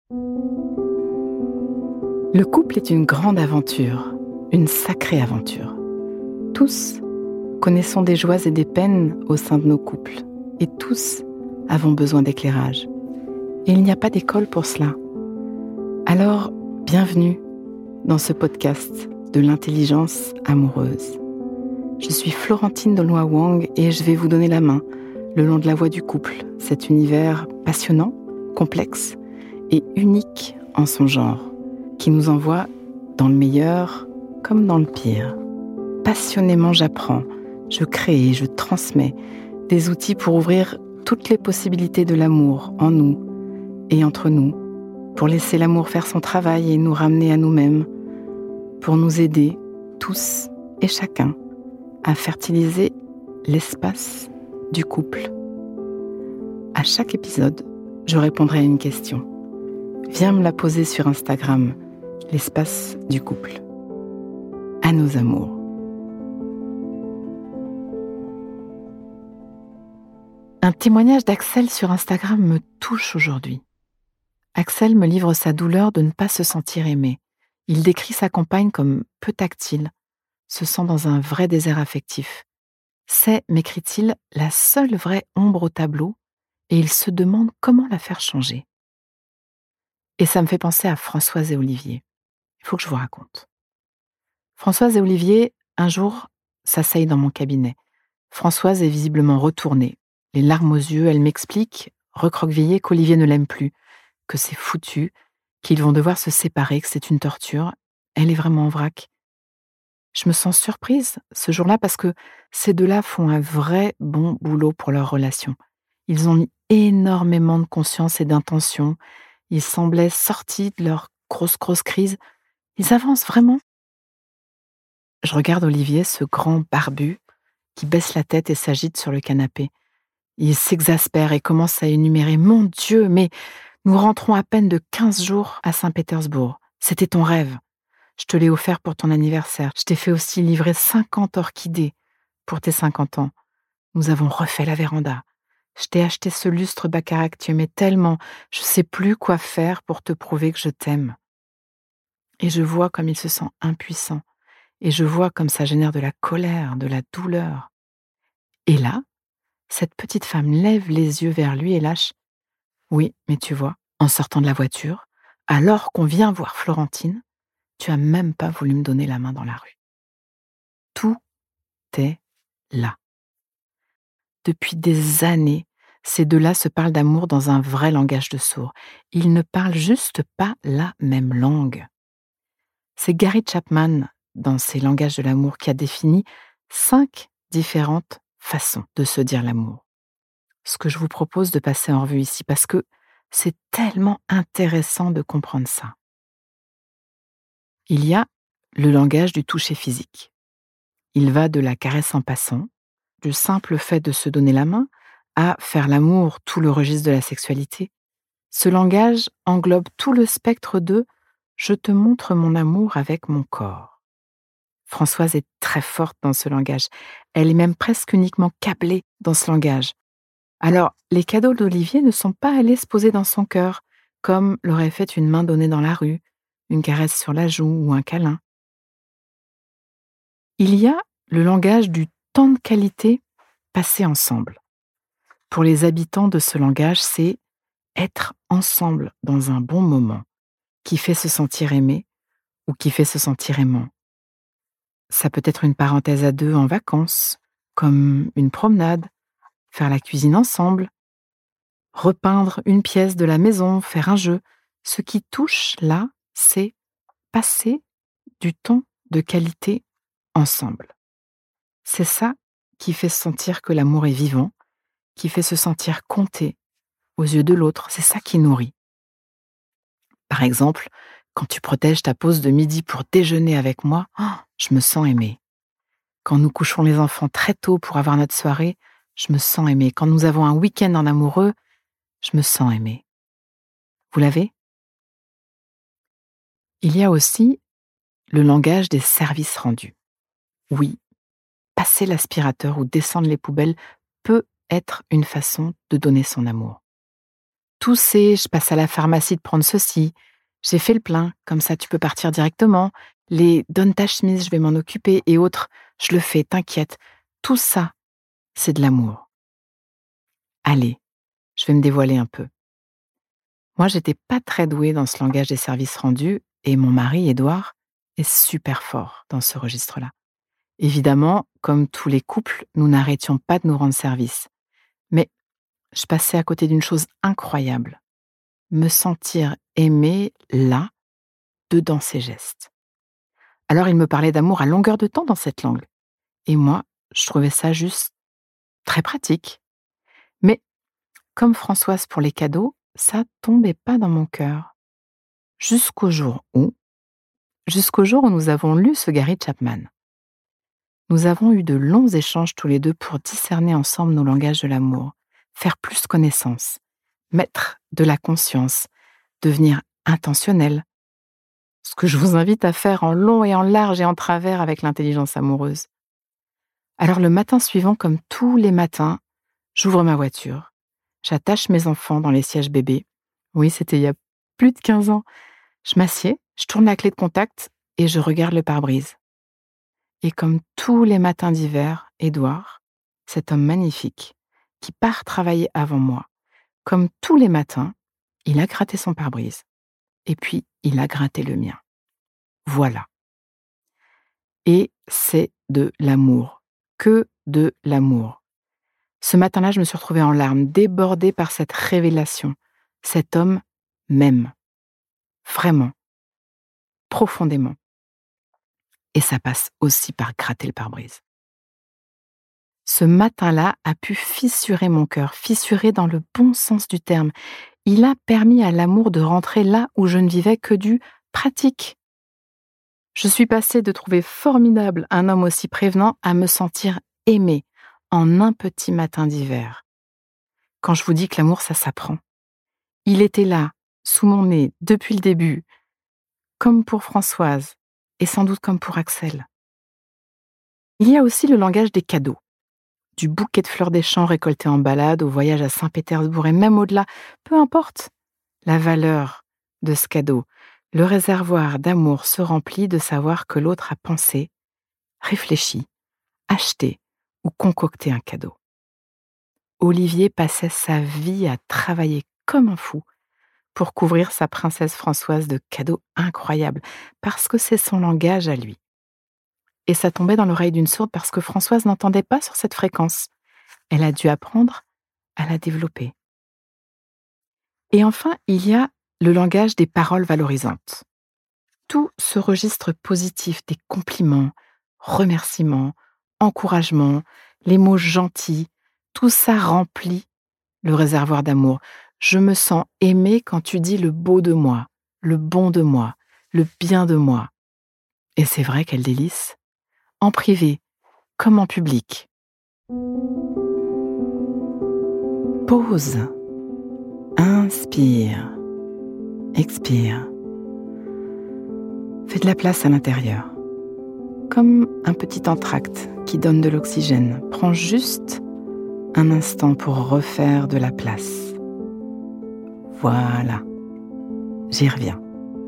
Le couple est une grande aventure, une sacrée aventure. Tous connaissons des joies et des peines au sein de nos couples, et tous avons besoin d'éclairage. Et il n'y a pas d'école pour cela. Alors, bienvenue dans ce podcast de l'intelligence amoureuse. Je suis Florentine Dolois-Wang et je vais vous donner la main le long de la voie du couple, cet univers passionnant, complexe et unique en son genre, qui nous envoie dans le meilleur comme dans le pire. Passionnément, j'apprends, je crée et je transmets des outils pour ouvrir toutes les possibilités de l'amour en nous et entre nous, pour laisser l'amour faire son travail et nous ramener à nous-mêmes, pour nous aider, tous et chacun, à fertiliser l'espace du couple. À chaque épisode, je répondrai à une question. Viens me la poser sur Instagram, l'espace du couple. À nos amours. Un témoignage d'Axel sur Instagram me touche aujourd'hui. Axel me livre sa douleur de ne pas se sentir aimé. Il décrit sa compagne comme peu tactile, se sent dans un vrai désert affectif. C'est, m'écrit-il, la seule vraie ombre au tableau et il se demande comment la faire changer. Et ça me fait penser à Françoise et Olivier. Il faut que je vous raconte. Françoise et Olivier, un jour, s'asseyent dans mon cabinet. Françoise est visiblement retournée. Les larmes aux yeux, elle m'explique, recroquevillée, qu'Olivier ne l'aime plus, que c'est foutu, qu'ils vont devoir se séparer, que c'est une torture. Elle est vraiment en vrac. Je me sens surprise ce jour-là parce que ces deux-là font un vrai bon boulot pour leur relation. Ils ont mis énormément de conscience et d'intention. Ils semblaient sortis de leur grosse crise. Ils avancent vraiment. Je regarde Olivier, ce grand barbu, qui baisse la tête et s'agite sur le canapé. Il s'exaspère et commence à énumérer. Mon Dieu, mais nous rentrons à peine de 15 jours à Saint-Pétersbourg. C'était ton rêve. Je te l'ai offert pour ton anniversaire. Je t'ai fait aussi livrer 50 orchidées pour tes 50 ans. Nous avons refait la véranda. Je t'ai acheté ce lustre baccarat que tu aimais tellement. Je sais plus quoi faire pour te prouver que je t'aime. Et je vois comme il se sent impuissant. Et je vois comme ça génère de la colère, de la douleur. Et là, cette petite femme lève les yeux vers lui et lâche « Oui, mais tu vois, en sortant de la voiture, alors qu'on vient voir Florentine, tu as même pas voulu me donner la main dans la rue. » Tout est là. Depuis des années, ces deux-là se parlent d'amour dans un vrai langage de sourds. Ils ne parlent juste pas la même langue. C'est Gary Chapman, dans ses langages de l'amour, qui a défini 5 différentes façons de se dire l'amour. Ce que je vous propose de passer en revue ici, parce que c'est tellement intéressant de comprendre ça. Il y a le langage du toucher physique. Il va de la caresse en passant, du simple fait de se donner la main, à faire l'amour, tout le registre de la sexualité. Ce langage englobe tout le spectre de « je te montre mon amour avec mon corps ». Françoise est très forte dans ce langage. Elle est même presque uniquement câblée dans ce langage. Alors, les cadeaux d'Olivier ne sont pas allés se poser dans son cœur, comme l'aurait fait une main donnée dans la rue, une caresse sur la joue ou un câlin. Il y a le langage du temps de qualité passé ensemble. Pour les habitants de ce langage, c'est être ensemble dans un bon moment, qui fait se sentir aimé ou qui fait se sentir aimant. Ça peut être une parenthèse à deux en vacances, comme une promenade, faire la cuisine ensemble, repeindre une pièce de la maison, faire un jeu. Ce qui touche là, c'est passer du temps de qualité ensemble. C'est ça qui fait sentir que l'amour est vivant, qui fait se sentir compté aux yeux de l'autre. C'est ça qui nourrit. Par exemple, quand tu protèges ta pause de midi pour déjeuner avec moi, je me sens aimée. Quand nous couchons les enfants très tôt pour avoir notre soirée, je me sens aimée. Quand nous avons un week-end en amoureux, je me sens aimée. Vous l'avez ? Il y a aussi le langage des services rendus. Oui, passer l'aspirateur ou descendre les poubelles peut être une façon de donner son amour. Tout c'est, je passe à la pharmacie de prendre ceci. J'ai fait le plein, comme ça tu peux partir directement. Les donne ta chemise, je vais m'en occuper et autres, je le fais, t'inquiète. Tout ça, c'est de l'amour. Allez, je vais me dévoiler un peu. Moi, j'étais pas très douée dans ce langage des services rendus et mon mari, Édouard, est super fort dans ce registre-là. Évidemment, comme tous les couples, nous n'arrêtions pas de nous rendre service. Mais je passais à côté d'une chose incroyable. Me sentir aimée là, dedans ses gestes. Alors il me parlait d'amour à longueur de temps dans cette langue. Et moi, je trouvais ça juste très pratique. Mais comme Françoise pour les cadeaux, ça tombait pas dans mon cœur. Jusqu'au jour où nous avons lu ce Gary Chapman. Nous avons eu de longs échanges tous les deux pour discerner ensemble nos langages de l'amour, faire plus connaissance, mettre de la conscience, devenir intentionnel. Ce que je vous invite à faire en long et en large et en travers avec l'intelligence amoureuse. Alors le matin suivant, comme tous les matins, j'ouvre ma voiture, j'attache mes enfants dans les sièges bébés. Oui, c'était il y a plus de 15 ans. Je m'assieds, je tourne la clé de contact et je regarde le pare-brise. Et comme tous les matins d'hiver, Édouard, cet homme magnifique, qui part travailler avant moi, comme tous les matins, il a gratté son pare-brise. Et puis, il a gratté le mien. Voilà. Et c'est de l'amour. Que de l'amour. Ce matin-là, je me suis retrouvée en larmes, débordée par cette révélation. Cet homme m'aime. Vraiment. Profondément. Et ça passe aussi par gratter le pare-brise. Ce matin-là a pu fissurer mon cœur, fissurer dans le bon sens du terme. Il a permis à l'amour de rentrer là où je ne vivais que du pratique. Je suis passée de trouver formidable un homme aussi prévenant à me sentir aimée en un petit matin d'hiver. Quand je vous dis que l'amour, ça s'apprend. Il était là, sous mon nez, depuis le début, comme pour Françoise, et sans doute comme pour Axel. Il y a aussi le langage des cadeaux. Du bouquet de fleurs des champs récolté en balade au voyage à Saint-Pétersbourg et même au-delà, peu importe la valeur de ce cadeau, le réservoir d'amour se remplit de savoir que l'autre a pensé, réfléchi, acheté ou concocté un cadeau. Olivier passait sa vie à travailler comme un fou pour couvrir sa princesse Françoise de cadeaux incroyables, parce que c'est son langage à lui. Et ça tombait dans l'oreille d'une sourde parce que Françoise n'entendait pas sur cette fréquence. Elle a dû apprendre à la développer. Et enfin, il y a le langage des paroles valorisantes. Tout ce registre positif des compliments, remerciements, encouragements, les mots gentils, tout ça remplit le réservoir d'amour. Je me sens aimée quand tu dis le beau de moi, le bon de moi, le bien de moi. Et c'est vrai, quel délice. En privé, comme en public. Pause. Inspire. Expire. Fais de la place à l'intérieur. Comme un petit entracte qui donne de l'oxygène. Prends juste un instant pour refaire de la place. Voilà. J'y reviens.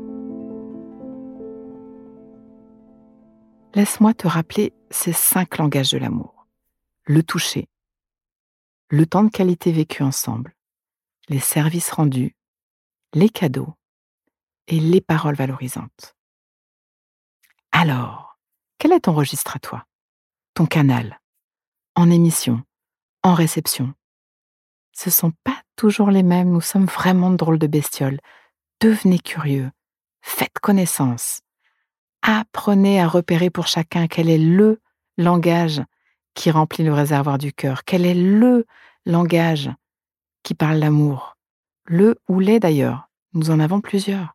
Laisse-moi te rappeler ces 5 langages de l'amour. Le toucher, le temps de qualité vécu ensemble, les services rendus, les cadeaux et les paroles valorisantes. Alors, quel est ton registre à toi? Ton canal? En émission? En réception? Ce ne sont pas toujours les mêmes, nous sommes vraiment de drôles de bestioles. Devenez curieux, faites connaissance. Apprenez à repérer pour chacun quel est le langage qui remplit le réservoir du cœur, quel est le langage qui parle l'amour, le ou les d'ailleurs, nous en avons plusieurs.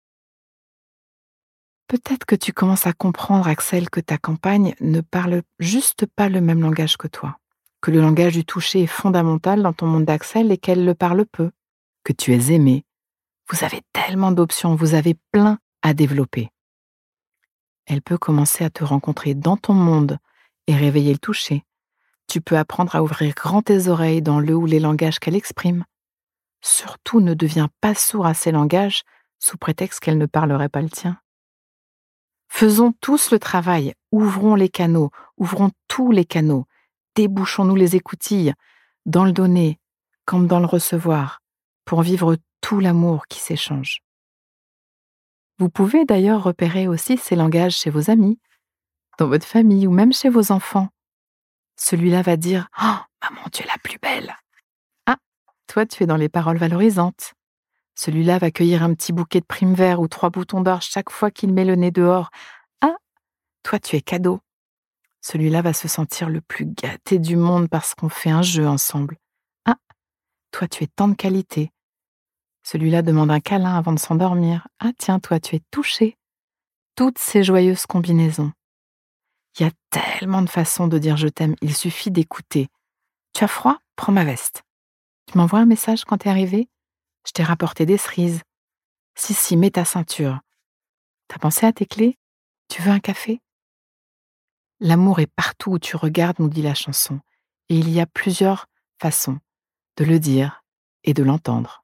Peut-être que tu commences à comprendre, Axel, que ta compagne ne parle juste pas le même langage que toi, que le langage du toucher est fondamental dans ton monde d'Axel et qu'elle le parle peu, que tu es aimé. Vous avez tellement d'options, vous avez plein à développer. Elle peut commencer à te rencontrer dans ton monde et réveiller le toucher. Tu peux apprendre à ouvrir grand tes oreilles dans le ou les langages qu'elle exprime. Surtout ne deviens pas sourd à ces langages sous prétexte qu'elle ne parlerait pas le tien. Faisons tous le travail, ouvrons les canaux, ouvrons tous les canaux, débouchons-nous les écoutilles, dans le donner comme dans le recevoir, pour vivre tout l'amour qui s'échange. Vous pouvez d'ailleurs repérer aussi ces langages chez vos amis, dans votre famille ou même chez vos enfants. Celui-là va dire « Oh, maman, tu es la plus belle !» Ah, toi, tu es dans les paroles valorisantes. Celui-là va cueillir un petit bouquet de primes verts ou 3 boutons d'or chaque fois qu'il met le nez dehors. Ah, toi, tu es cadeau. Celui-là va se sentir le plus gâté du monde parce qu'on fait un jeu ensemble. Ah, toi, tu es tant de qualité. Celui-là demande un câlin avant de s'endormir. Ah, tiens, toi, tu es touché. Toutes ces joyeuses combinaisons. Il y a tellement de façons de dire je t'aime, il suffit d'écouter. Tu as froid? Prends ma veste. Tu m'envoies un message quand t'es arrivé? Je t'ai rapporté des cerises. Si, mets ta ceinture. T'as pensé à tes clés? Tu veux un café? L'amour est partout où tu regardes, nous dit la chanson. Et il y a plusieurs façons de le dire et de l'entendre.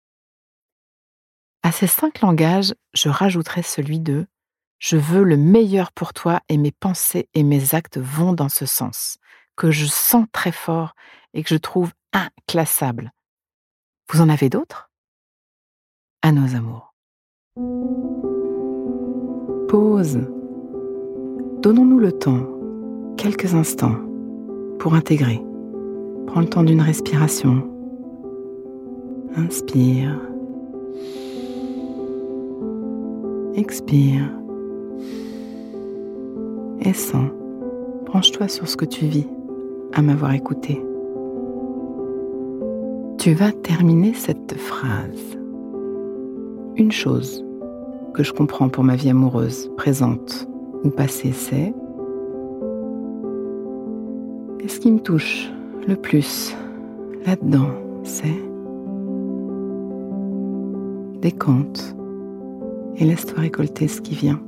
À ces 5 langages, je rajouterai celui de « Je veux le meilleur pour toi et mes pensées et mes actes vont dans ce sens », que je sens très fort et que je trouve inclassable. Vous en avez d'autres? À nos amours. Pause. Donnons-nous le temps, quelques instants, pour intégrer. Prends le temps d'une respiration. Inspire. Expire. Et sens. Branche-toi sur ce que tu vis à m'avoir écouté. Tu vas terminer cette phrase. Une chose que je comprends pour ma vie amoureuse, présente ou passée, c'est « Et ce qui me touche le plus là-dedans, c'est… » Décompte et laisse-toi récolter ce qui vient.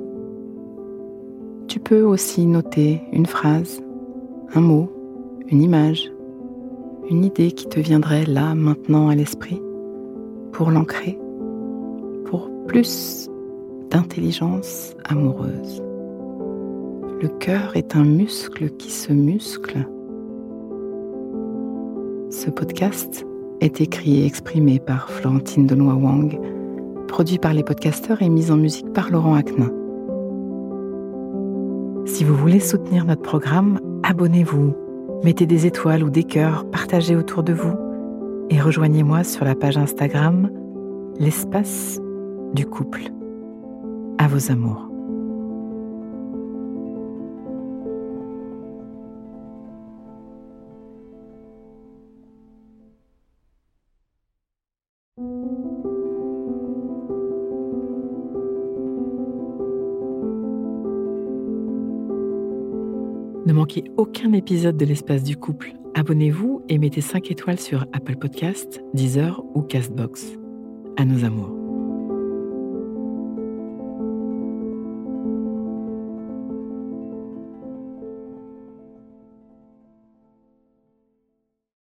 Tu peux aussi noter une phrase, un mot, une image, une idée qui te viendrait là, maintenant à l'esprit, pour l'ancrer, pour plus d'intelligence amoureuse. Le cœur est un muscle qui se muscle. Ce podcast est écrit et exprimé par Florentine Denoy-Wang, produit par les podcasteurs et mis en musique par Laurent Aknin. Si vous voulez soutenir notre programme, abonnez-vous, mettez des étoiles ou des cœurs, partagez autour de vous et rejoignez-moi sur la page Instagram L'espace du couple. À vos amours. Ne manquez aucun épisode de l'Espace du couple. Abonnez-vous et mettez 5 étoiles sur Apple Podcasts, Deezer ou Castbox. À nos amours.